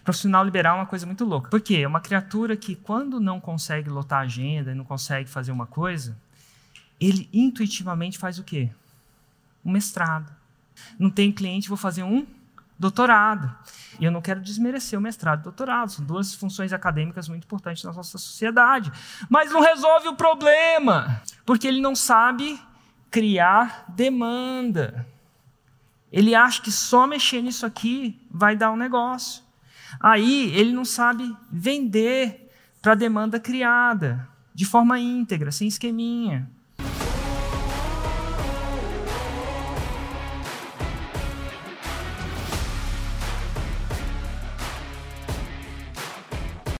Profissional liberal é uma coisa muito louca. Por quê? É uma criatura que, quando não consegue lotar a agenda e não consegue fazer uma coisa, ele intuitivamente faz o quê? Um mestrado. Não tem cliente, vou fazer um doutorado. E eu não quero desmerecer o mestrado e o doutorado. São duas funções acadêmicas muito importantes na nossa sociedade. Mas não resolve o problema, porque ele não sabe criar demanda. Ele acha que só mexer nisso aqui vai dar um negócio. Aí ele não sabe vender para a demanda criada, de forma íntegra, sem esqueminha.